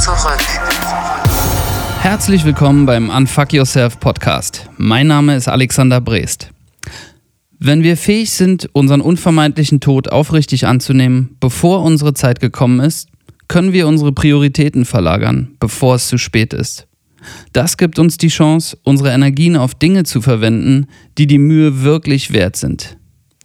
zurück. Herzlich willkommen beim Unfuck Yourself Podcast. Mein Name ist Alexander Brest. Wenn wir fähig sind, unseren unvermeidlichen Tod aufrichtig anzunehmen, bevor unsere Zeit gekommen ist, können wir unsere Prioritäten verlagern, bevor es zu spät ist. Das gibt uns die Chance, unsere Energien auf Dinge zu verwenden, die die Mühe wirklich wert sind.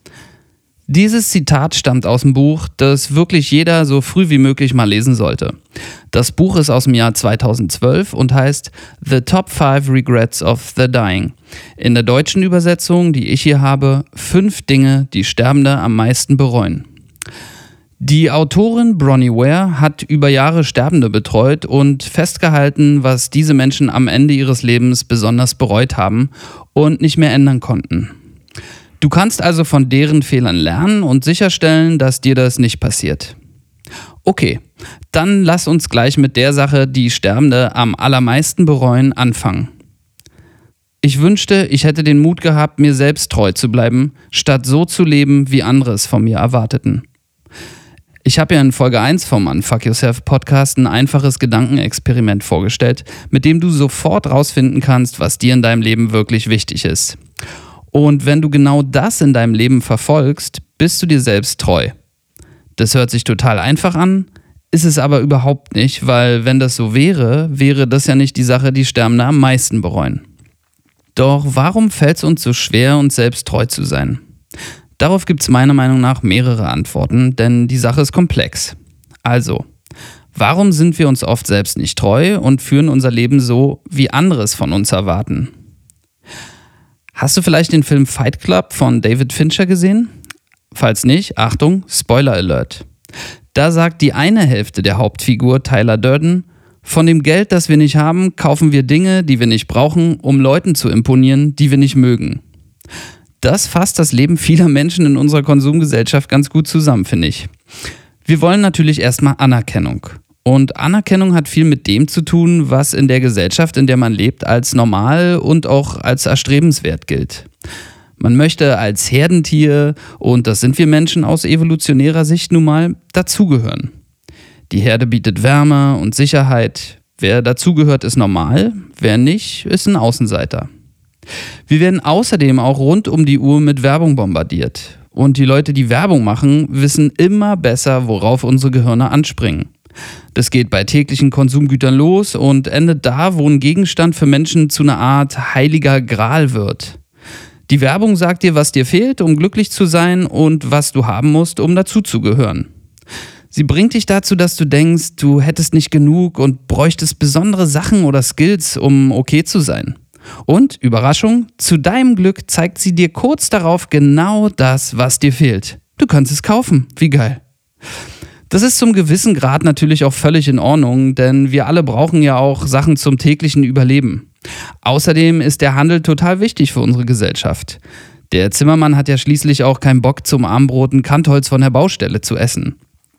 Dieses Zitat stammt aus dem Buch, das wirklich jeder so früh wie möglich mal lesen sollte. Das Buch ist aus dem Jahr 2012 und heißt The Top 5 Regrets of the Dying. In der deutschen Übersetzung, die ich hier habe, 5 Dinge, die Sterbende am meisten bereuen. Die Autorin Bronnie Ware hat über Jahre Sterbende betreut und festgehalten, was diese Menschen am Ende ihres Lebens besonders bereut haben und nicht mehr ändern konnten. Du kannst also von deren Fehlern lernen und sicherstellen, dass dir das nicht passiert. Okay, dann lass uns gleich mit der Sache, die Sterbende am allermeisten bereuen, anfangen. Ich wünschte, ich hätte den Mut gehabt, mir selbst treu zu bleiben, statt so zu leben, wie andere es von mir erwarteten. Ich habe ja in Folge 1 vom Unfuck Yourself Podcast ein einfaches Gedankenexperiment vorgestellt, mit dem du sofort rausfinden kannst, was dir in deinem Leben wirklich wichtig ist. Und wenn du genau das in deinem Leben verfolgst, bist du dir selbst treu. Das hört sich total einfach an, ist es aber überhaupt nicht, weil wenn das so wäre, wäre das ja nicht die Sache, die Sterbende am meisten bereuen. Doch warum fällt es uns so schwer, uns selbst treu zu sein? Darauf gibt es meiner Meinung nach mehrere Antworten, denn die Sache ist komplex. Also, warum sind wir uns oft selbst nicht treu und führen unser Leben so, wie andere es von uns erwarten? Hast du vielleicht den Film Fight Club von David Fincher gesehen? Falls nicht, Achtung, Spoiler Alert. Da sagt die eine Hälfte der Hauptfigur, Tyler Durden, von dem Geld, das wir nicht haben, kaufen wir Dinge, die wir nicht brauchen, um Leuten zu imponieren, die wir nicht mögen. Das fasst das Leben vieler Menschen in unserer Konsumgesellschaft ganz gut zusammen, finde ich. Wir wollen natürlich erstmal Anerkennung. Und Anerkennung hat viel mit dem zu tun, was in der Gesellschaft, in der man lebt, als normal und auch als erstrebenswert gilt. Man möchte als Herdentier, und das sind wir Menschen aus evolutionärer Sicht nun mal, dazugehören. Die Herde bietet Wärme und Sicherheit. Wer dazugehört, ist normal, wer nicht, ist ein Außenseiter. Wir werden außerdem auch rund um die Uhr mit Werbung bombardiert. Und die Leute, die Werbung machen, wissen immer besser, worauf unsere Gehirne anspringen. Das geht bei täglichen Konsumgütern los und endet da, wo ein Gegenstand für Menschen zu einer Art heiliger Gral wird. Die Werbung sagt dir, was dir fehlt, um glücklich zu sein und was du haben musst, um dazuzugehören. Sie bringt dich dazu, dass du denkst, du hättest nicht genug und bräuchtest besondere Sachen oder Skills, um okay zu sein. Und, Überraschung, zu deinem Glück zeigt sie dir kurz darauf genau das, was dir fehlt. Du kannst es kaufen. Wie geil. Das ist zum gewissen Grad natürlich auch völlig in Ordnung, denn wir alle brauchen ja auch Sachen zum täglichen Überleben. Außerdem ist der Handel total wichtig für unsere Gesellschaft. Der Zimmermann hat ja schließlich auch keinen Bock, zum Abendbrot ein Kantholz von der Baustelle zu essen.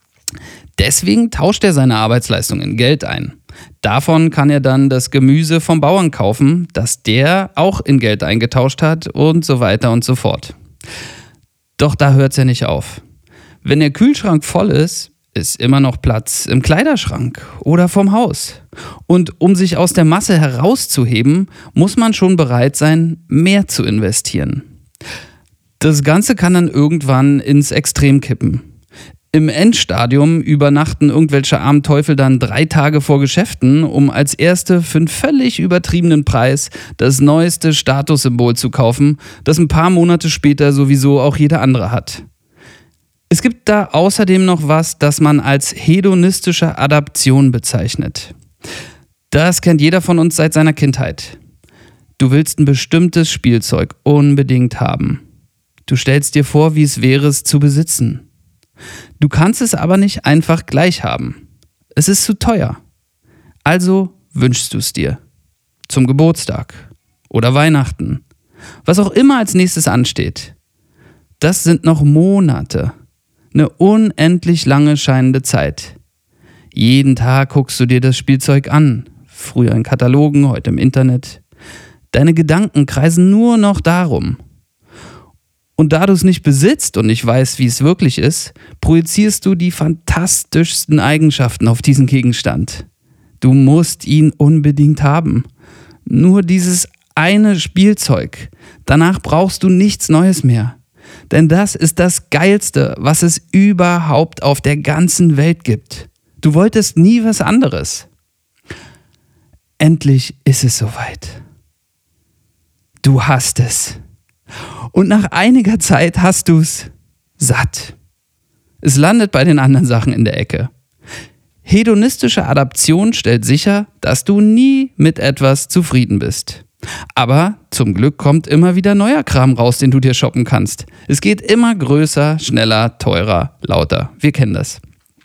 Deswegen tauscht er seine Arbeitsleistung in Geld ein. Davon kann er dann das Gemüse vom Bauern kaufen, das der auch in Geld eingetauscht hat und so weiter und so fort. Doch da hört es ja nicht auf. Wenn der Kühlschrank voll ist immer noch Platz im Kleiderschrank oder vorm Haus. Und um sich aus der Masse herauszuheben, muss man schon bereit sein, mehr zu investieren. Das Ganze kann dann irgendwann ins Extrem kippen. Im Endstadium übernachten irgendwelche armen Teufel dann 3 Tage vor Geschäften, um als Erste für einen völlig übertriebenen Preis das neueste Statussymbol zu kaufen, das ein paar Monate später sowieso auch jeder andere hat. Es gibt da außerdem noch was, das man als hedonistische Adaption bezeichnet. Das kennt jeder von uns seit seiner Kindheit. Du willst ein bestimmtes Spielzeug unbedingt haben. Du stellst dir vor, wie es wäre, es zu besitzen. Du kannst es aber nicht einfach gleich haben. Es ist zu teuer. Also wünschst du es dir. Zum Geburtstag oder Weihnachten. Was auch immer als nächstes ansteht. Das sind noch Monate. Eine unendlich lange scheinende Zeit. Jeden Tag guckst du dir das Spielzeug an. Früher in Katalogen, heute im Internet. Deine Gedanken kreisen nur noch darum. Und da du es nicht besitzt und nicht weißt, wie es wirklich ist, projizierst du die fantastischsten Eigenschaften auf diesen Gegenstand. Du musst ihn unbedingt haben. Nur dieses eine Spielzeug. Danach brauchst du nichts Neues mehr. Denn das ist das Geilste, was es überhaupt auf der ganzen Welt gibt. Du wolltest nie was anderes. Endlich ist es soweit. Du hast es. Und nach einiger Zeit hast du's satt. Es landet bei den anderen Sachen in der Ecke. Hedonistische Adaption stellt sicher, dass du nie mit etwas zufrieden bist. Aber zum Glück kommt immer wieder neuer Kram raus, den du dir shoppen kannst. Es geht immer größer, schneller, teurer, lauter. Wir kennen das.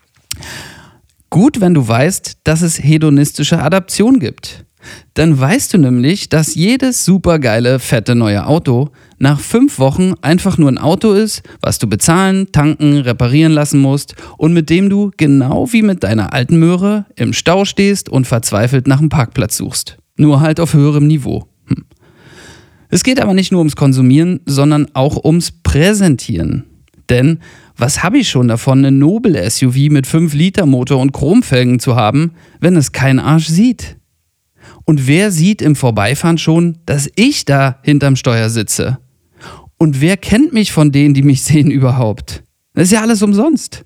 Gut, wenn du weißt, dass es hedonistische Adaption gibt. Dann weißt du nämlich, dass jedes supergeile, fette neue Auto nach 5 Wochen einfach nur ein Auto ist, was du bezahlen, tanken, reparieren lassen musst und mit dem du, genau wie mit deiner alten Möhre, im Stau stehst und verzweifelt nach einem Parkplatz suchst. Nur halt auf höherem Niveau. Es geht aber nicht nur ums Konsumieren, sondern auch ums Präsentieren. Denn was habe ich schon davon, eine Nobel-SUV mit 5-Liter-Motor und Chromfelgen zu haben, wenn es kein Arsch sieht? Und wer sieht im Vorbeifahren schon, dass ich da hinterm Steuer sitze? Und wer kennt mich von denen, die mich sehen überhaupt? Das ist ja alles umsonst.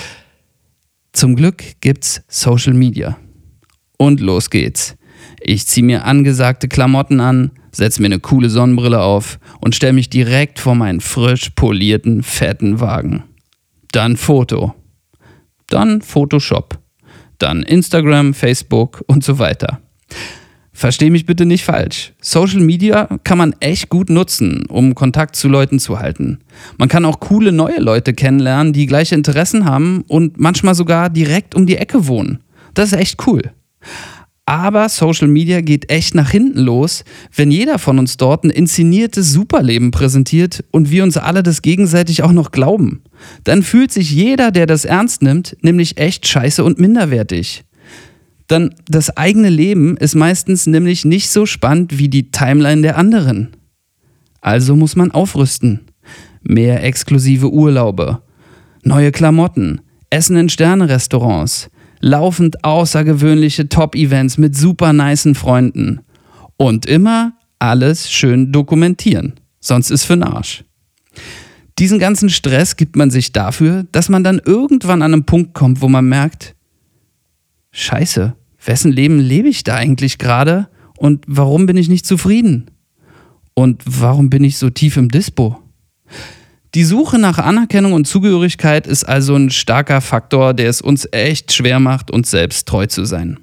Zum Glück gibt's Social Media. Und los geht's. Ich ziehe mir angesagte Klamotten an, setze mir eine coole Sonnenbrille auf und stelle mich direkt vor meinen frisch polierten, fetten Wagen. Dann Foto. Dann Photoshop. Dann Instagram, Facebook und so weiter. Versteh mich bitte nicht falsch. Social Media kann man echt gut nutzen, um Kontakt zu Leuten zu halten. Man kann auch coole neue Leute kennenlernen, die gleiche Interessen haben und manchmal sogar direkt um die Ecke wohnen. Das ist echt cool. Aber Social Media geht echt nach hinten los, wenn jeder von uns dort ein inszeniertes Superleben präsentiert und wir uns alle das gegenseitig auch noch glauben. Dann fühlt sich jeder, der das ernst nimmt, nämlich echt scheiße und minderwertig. Dann das eigene Leben ist meistens nämlich nicht so spannend wie die Timeline der anderen. Also muss man aufrüsten. Mehr exklusive Urlaube, neue Klamotten, Essen in Sterne-Restaurants, laufend außergewöhnliche Top-Events mit super nicen Freunden. Und immer alles schön dokumentieren, sonst ist für'n Arsch. Diesen ganzen Stress gibt man sich dafür, dass man dann irgendwann an einen Punkt kommt, wo man merkt, Scheiße, wessen Leben lebe ich da eigentlich gerade und warum bin ich nicht zufrieden? Und warum bin ich so tief im Dispo? Die Suche nach Anerkennung und Zugehörigkeit ist also ein starker Faktor, der es uns echt schwer macht, uns selbst treu zu sein.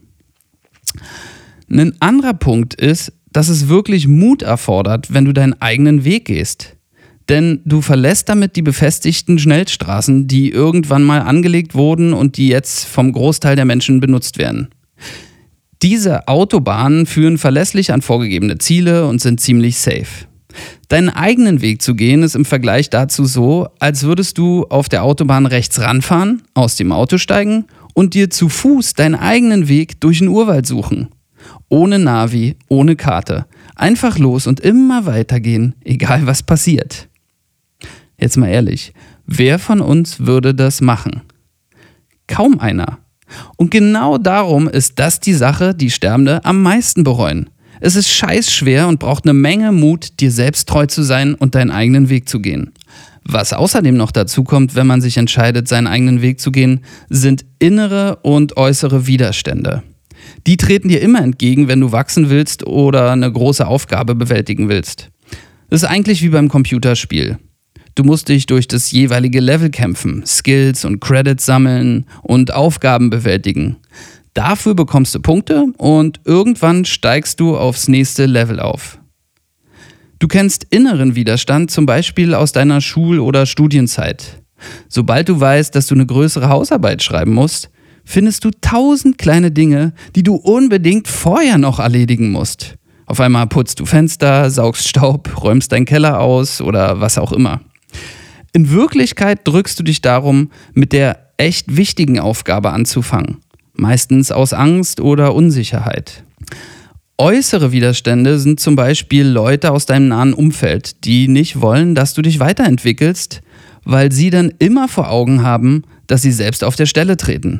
Ein anderer Punkt ist, dass es wirklich Mut erfordert, wenn du deinen eigenen Weg gehst. Denn du verlässt damit die befestigten Schnellstraßen, die irgendwann mal angelegt wurden und die jetzt vom Großteil der Menschen benutzt werden. Diese Autobahnen führen verlässlich an vorgegebene Ziele und sind ziemlich safe. Deinen eigenen Weg zu gehen ist im Vergleich dazu so, als würdest du auf der Autobahn rechts ranfahren, aus dem Auto steigen und dir zu Fuß deinen eigenen Weg durch den Urwald suchen. Ohne Navi, ohne Karte. Einfach los und immer weitergehen, egal was passiert. Jetzt mal ehrlich, wer von uns würde das machen? Kaum einer. Und genau darum ist das die Sache, die Sterbende am meisten bereuen. Es ist scheiß schwer und braucht eine Menge Mut, dir selbst treu zu sein und deinen eigenen Weg zu gehen. Was außerdem noch dazu kommt, wenn man sich entscheidet, seinen eigenen Weg zu gehen, sind innere und äußere Widerstände. Die treten dir immer entgegen, wenn du wachsen willst oder eine große Aufgabe bewältigen willst. Das ist eigentlich wie beim Computerspiel. Du musst dich durch das jeweilige Level kämpfen, Skills und Credits sammeln und Aufgaben bewältigen. Dafür bekommst du Punkte und irgendwann steigst du aufs nächste Level auf. Du kennst inneren Widerstand zum Beispiel aus deiner Schul- oder Studienzeit. Sobald du weißt, dass du eine größere Hausarbeit schreiben musst, findest du 1000 kleine Dinge, die du unbedingt vorher noch erledigen musst. Auf einmal putzt du Fenster, saugst Staub, räumst deinen Keller aus oder was auch immer. In Wirklichkeit drückst du dich darum, mit der echt wichtigen Aufgabe anzufangen. Meistens aus Angst oder Unsicherheit. Äußere Widerstände sind zum Beispiel Leute aus deinem nahen Umfeld, die nicht wollen, dass du dich weiterentwickelst, weil sie dann immer vor Augen haben, dass sie selbst auf der Stelle treten.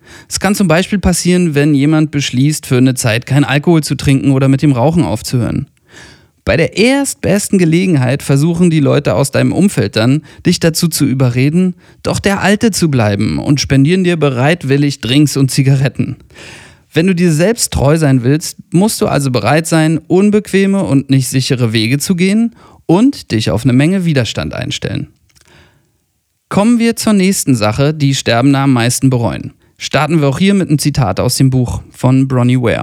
Es kann zum Beispiel passieren, wenn jemand beschließt, für eine Zeit kein Alkohol zu trinken oder mit dem Rauchen aufzuhören. Bei der erstbesten Gelegenheit versuchen die Leute aus deinem Umfeld dann, dich dazu zu überreden, doch der Alte zu bleiben und spendieren dir bereitwillig Drinks und Zigaretten. Wenn du dir selbst treu sein willst, musst du also bereit sein, unbequeme und nicht sichere Wege zu gehen und dich auf eine Menge Widerstand einstellen. Kommen wir zur nächsten Sache, die Sterbende am meisten bereuen. Starten wir auch hier mit einem Zitat aus dem Buch von Bronnie Ware.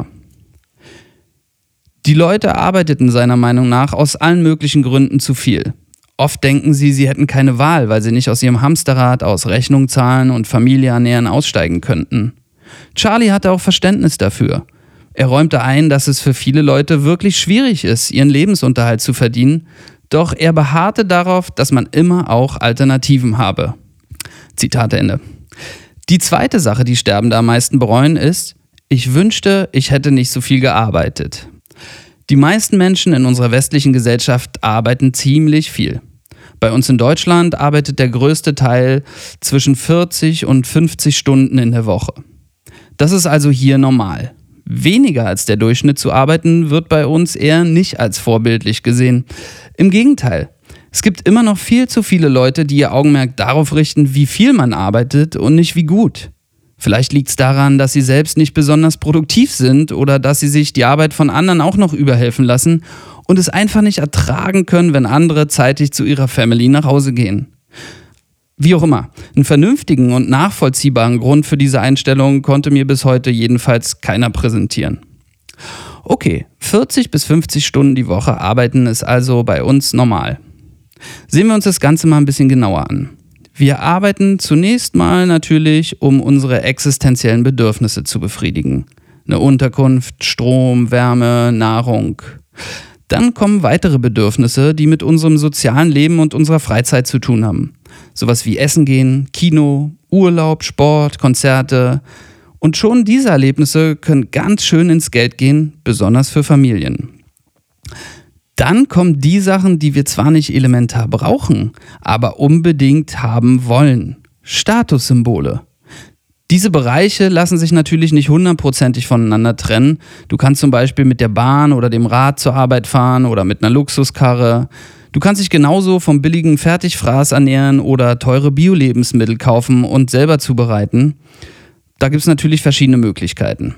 Die Leute arbeiteten seiner Meinung nach aus allen möglichen Gründen zu viel. Oft denken sie hätten keine Wahl, weil sie nicht aus ihrem Hamsterrad aus Rechnung zahlen und Familie ernähren aussteigen könnten. Charlie hatte auch Verständnis dafür. Er räumte ein, dass es für viele Leute wirklich schwierig ist, ihren Lebensunterhalt zu verdienen, doch er beharrte darauf, dass man immer auch Alternativen habe. Zitat Ende. Die zweite Sache, die Sterbende am meisten bereuen, ist: Ich wünschte, ich hätte nicht so viel gearbeitet. Die meisten Menschen in unserer westlichen Gesellschaft arbeiten ziemlich viel. Bei uns in Deutschland arbeitet der größte Teil zwischen 40 und 50 Stunden in der Woche. Das ist also hier normal. Weniger als der Durchschnitt zu arbeiten, wird bei uns eher nicht als vorbildlich gesehen. Im Gegenteil. Es gibt immer noch viel zu viele Leute, die ihr Augenmerk darauf richten, wie viel man arbeitet und nicht wie gut. Vielleicht liegt es daran, dass sie selbst nicht besonders produktiv sind oder dass sie sich die Arbeit von anderen auch noch überhelfen lassen und es einfach nicht ertragen können, wenn andere zeitig zu ihrer Family nach Hause gehen. Wie auch immer, einen vernünftigen und nachvollziehbaren Grund für diese Einstellung konnte mir bis heute jedenfalls keiner präsentieren. Okay, 40 bis 50 Stunden die Woche arbeiten ist also bei uns normal. Sehen wir uns das Ganze mal ein bisschen genauer an. Wir arbeiten zunächst mal natürlich, um unsere existenziellen Bedürfnisse zu befriedigen. Eine Unterkunft, Strom, Wärme, Nahrung. Dann kommen weitere Bedürfnisse, die mit unserem sozialen Leben und unserer Freizeit zu tun haben. Sowas wie Essen gehen, Kino, Urlaub, Sport, Konzerte. Und schon diese Erlebnisse können ganz schön ins Geld gehen, besonders für Familien. Dann kommen die Sachen, die wir zwar nicht elementar brauchen, aber unbedingt haben wollen. Statussymbole. Diese Bereiche lassen sich natürlich nicht 100% voneinander trennen. Du kannst zum Beispiel mit der Bahn oder dem Rad zur Arbeit fahren oder mit einer Luxuskarre. Du kannst dich genauso vom billigen Fertigfraß ernähren oder teure Bio-Lebensmittel kaufen und selber zubereiten. Da gibt es natürlich verschiedene Möglichkeiten.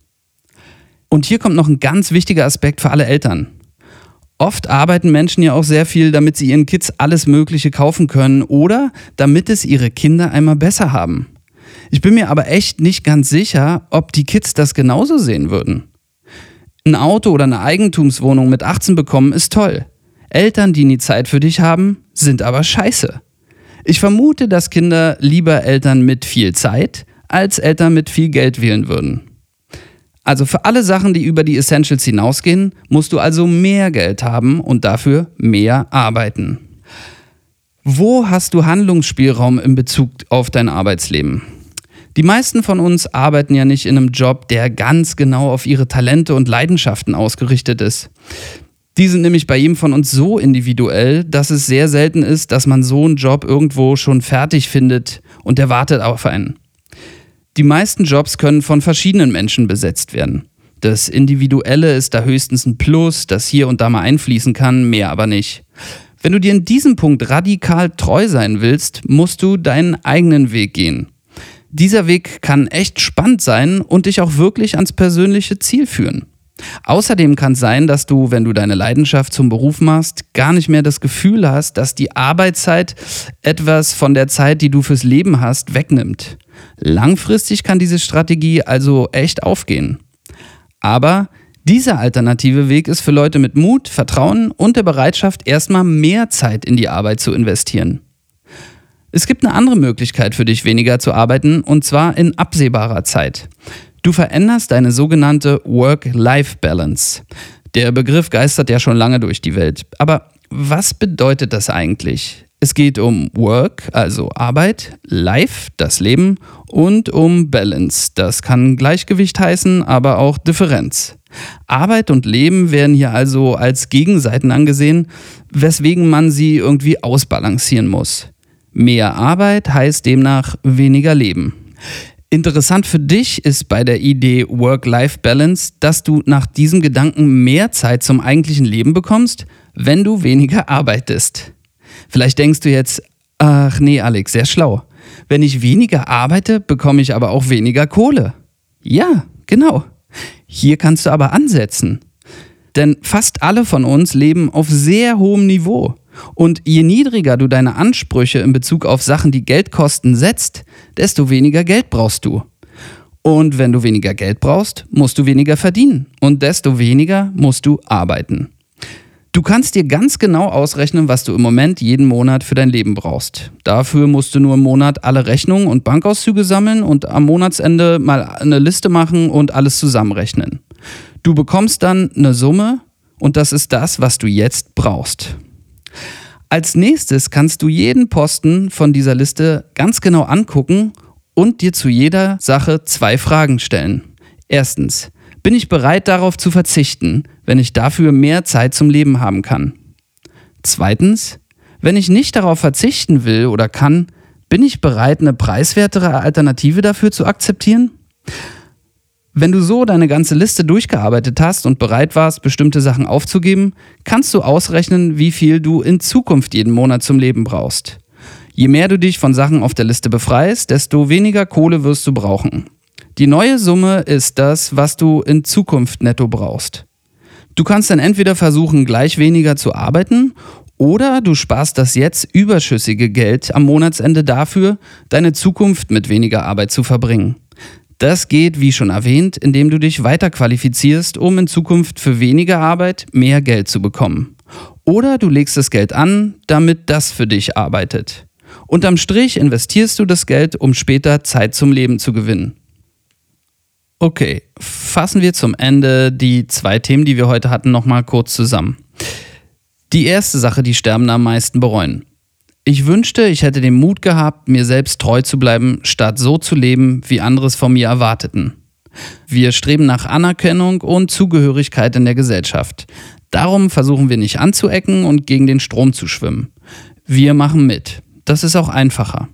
Und hier kommt noch ein ganz wichtiger Aspekt für alle Eltern. Oft arbeiten Menschen ja auch sehr viel, damit sie ihren Kids alles Mögliche kaufen können oder damit es ihre Kinder einmal besser haben. Ich bin mir aber echt nicht ganz sicher, ob die Kids das genauso sehen würden. Ein Auto oder eine Eigentumswohnung mit 18 bekommen ist toll. Eltern, die nie Zeit für dich haben, sind aber scheiße. Ich vermute, dass Kinder lieber Eltern mit viel Zeit als Eltern mit viel Geld wählen würden. Also für alle Sachen, die über die Essentials hinausgehen, musst du also mehr Geld haben und dafür mehr arbeiten. Wo hast du Handlungsspielraum in Bezug auf dein Arbeitsleben? Die meisten von uns arbeiten ja nicht in einem Job, der ganz genau auf ihre Talente und Leidenschaften ausgerichtet ist. Die sind nämlich bei jedem von uns so individuell, dass es sehr selten ist, dass man so einen Job irgendwo schon fertig findet und der wartet auf einen. Die meisten Jobs können von verschiedenen Menschen besetzt werden. Das Individuelle ist da höchstens ein Plus, das hier und da mal einfließen kann, mehr aber nicht. Wenn du dir in diesem Punkt radikal treu sein willst, musst du deinen eigenen Weg gehen. Dieser Weg kann echt spannend sein und dich auch wirklich ans persönliche Ziel führen. Außerdem kann es sein, dass du, wenn du deine Leidenschaft zum Beruf machst, gar nicht mehr das Gefühl hast, dass die Arbeitszeit etwas von der Zeit, die du fürs Leben hast, wegnimmt. Langfristig kann diese Strategie also echt aufgehen. Aber dieser alternative Weg ist für Leute mit Mut, Vertrauen und der Bereitschaft, erstmal mehr Zeit in die Arbeit zu investieren. Es gibt eine andere Möglichkeit für dich, weniger zu arbeiten, und zwar in absehbarer Zeit. Du veränderst deine sogenannte Work-Life-Balance. Der Begriff geistert ja schon lange durch die Welt. Aber was bedeutet das eigentlich? Es geht um Work, also Arbeit, Life, das Leben, und um Balance. Das kann Gleichgewicht heißen, aber auch Differenz. Arbeit und Leben werden hier also als Gegenseiten angesehen, weswegen man sie irgendwie ausbalancieren muss. Mehr Arbeit heißt demnach weniger Leben. Interessant für dich ist bei der Idee Work-Life-Balance, dass du nach diesem Gedanken mehr Zeit zum eigentlichen Leben bekommst, wenn du weniger arbeitest. Vielleicht denkst du jetzt, ach nee Alex, sehr schlau. Wenn ich weniger arbeite, bekomme ich aber auch weniger Kohle. Ja, genau. Hier kannst du aber ansetzen. Denn fast alle von uns leben auf sehr hohem Niveau. Und je niedriger du deine Ansprüche in Bezug auf Sachen, die Geld kosten, setzt, desto weniger Geld brauchst du. Und wenn du weniger Geld brauchst, musst du weniger verdienen. Und desto weniger musst du arbeiten. Du kannst dir ganz genau ausrechnen, was du im Moment jeden Monat für dein Leben brauchst. Dafür musst du nur im Monat alle Rechnungen und Bankauszüge sammeln und am Monatsende mal eine Liste machen und alles zusammenrechnen. Du bekommst dann eine Summe und das ist das, was du jetzt brauchst. Als nächstes kannst du jeden Posten von dieser Liste ganz genau angucken und dir zu jeder Sache 2 Fragen stellen. Erstens, bin ich bereit darauf zu verzichten, wenn ich dafür mehr Zeit zum Leben haben kann? Zweitens, wenn ich nicht darauf verzichten will oder kann, bin ich bereit, eine preiswertere Alternative dafür zu akzeptieren? Wenn du so deine ganze Liste durchgearbeitet hast und bereit warst, bestimmte Sachen aufzugeben, kannst du ausrechnen, wie viel du in Zukunft jeden Monat zum Leben brauchst. Je mehr du dich von Sachen auf der Liste befreist, desto weniger Kohle wirst du brauchen. Die neue Summe ist das, was du in Zukunft netto brauchst. Du kannst dann entweder versuchen, gleich weniger zu arbeiten, oder du sparst das jetzt überschüssige Geld am Monatsende dafür, deine Zukunft mit weniger Arbeit zu verbringen. Das geht, wie schon erwähnt, indem du dich weiter qualifizierst, um in Zukunft für weniger Arbeit mehr Geld zu bekommen. Oder du legst das Geld an, damit das für dich arbeitet. Unterm Strich investierst du das Geld, um später Zeit zum Leben zu gewinnen. Okay, fassen wir zum Ende die 2 Themen, die wir heute hatten, nochmal kurz zusammen. Die erste Sache, die Sterbende am meisten bereuen. Ich wünschte, ich hätte den Mut gehabt, mir selbst treu zu bleiben, statt so zu leben, wie andere es von mir erwarteten. Wir streben nach Anerkennung und Zugehörigkeit in der Gesellschaft. Darum versuchen wir nicht anzuecken und gegen den Strom zu schwimmen. Wir machen mit. Das ist auch einfacher.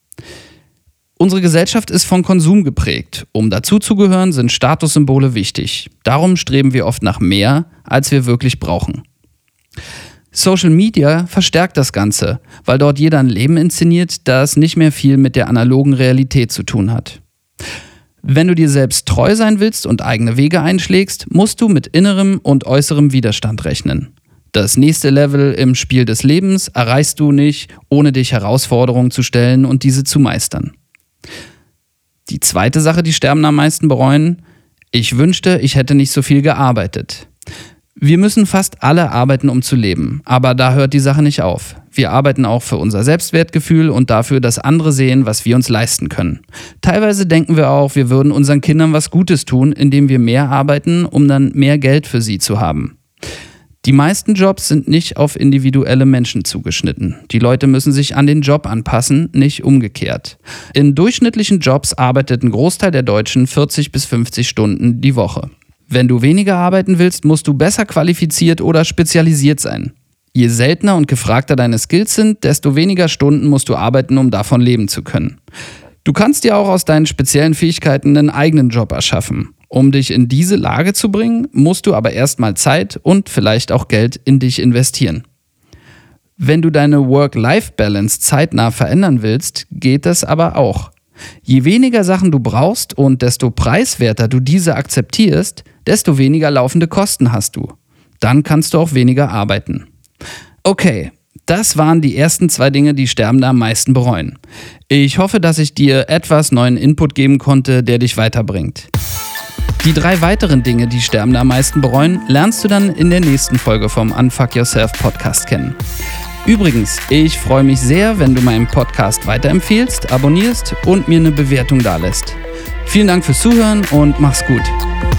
Unsere Gesellschaft ist von Konsum geprägt. Um dazuzugehören, sind Statussymbole wichtig. Darum streben wir oft nach mehr, als wir wirklich brauchen. Social Media verstärkt das Ganze, weil dort jeder ein Leben inszeniert, das nicht mehr viel mit der analogen Realität zu tun hat. Wenn du dir selbst treu sein willst und eigene Wege einschlägst, musst du mit innerem und äußerem Widerstand rechnen. Das nächste Level im Spiel des Lebens erreichst du nicht, ohne dich Herausforderungen zu stellen und diese zu meistern. Die zweite Sache, die Sterbende am meisten bereuen: Ich wünschte, ich hätte nicht so viel gearbeitet. Wir müssen fast alle arbeiten, um zu leben, aber da hört die Sache nicht auf. Wir arbeiten auch für unser Selbstwertgefühl und dafür, dass andere sehen, was wir uns leisten können. Teilweise denken wir auch, wir würden unseren Kindern was Gutes tun, indem wir mehr arbeiten, um dann mehr Geld für sie zu haben. Die meisten Jobs sind nicht auf individuelle Menschen zugeschnitten. Die Leute müssen sich an den Job anpassen, nicht umgekehrt. In durchschnittlichen Jobs arbeitet ein Großteil der Deutschen 40 bis 50 Stunden die Woche. Wenn du weniger arbeiten willst, musst du besser qualifiziert oder spezialisiert sein. Je seltener und gefragter deine Skills sind, desto weniger Stunden musst du arbeiten, um davon leben zu können. Du kannst dir auch aus deinen speziellen Fähigkeiten einen eigenen Job erschaffen. Um dich in diese Lage zu bringen, musst du aber erstmal Zeit und vielleicht auch Geld in dich investieren. Wenn du deine Work-Life-Balance zeitnah verändern willst, geht das aber auch. Je weniger Sachen du brauchst und desto preiswerter du diese akzeptierst, desto weniger laufende Kosten hast du. Dann kannst du auch weniger arbeiten. Okay, das waren die ersten 2 Dinge, die Sterbende am meisten bereuen. Ich hoffe, dass ich dir etwas neuen Input geben konnte, der dich weiterbringt. Die 3 weiteren Dinge, die Sterbende am meisten bereuen, lernst du dann in der nächsten Folge vom Unfuck Yourself Podcast kennen. Übrigens, ich freue mich sehr, wenn du meinen Podcast weiterempfehlst, abonnierst und mir eine Bewertung dalässt. Vielen Dank fürs Zuhören und mach's gut.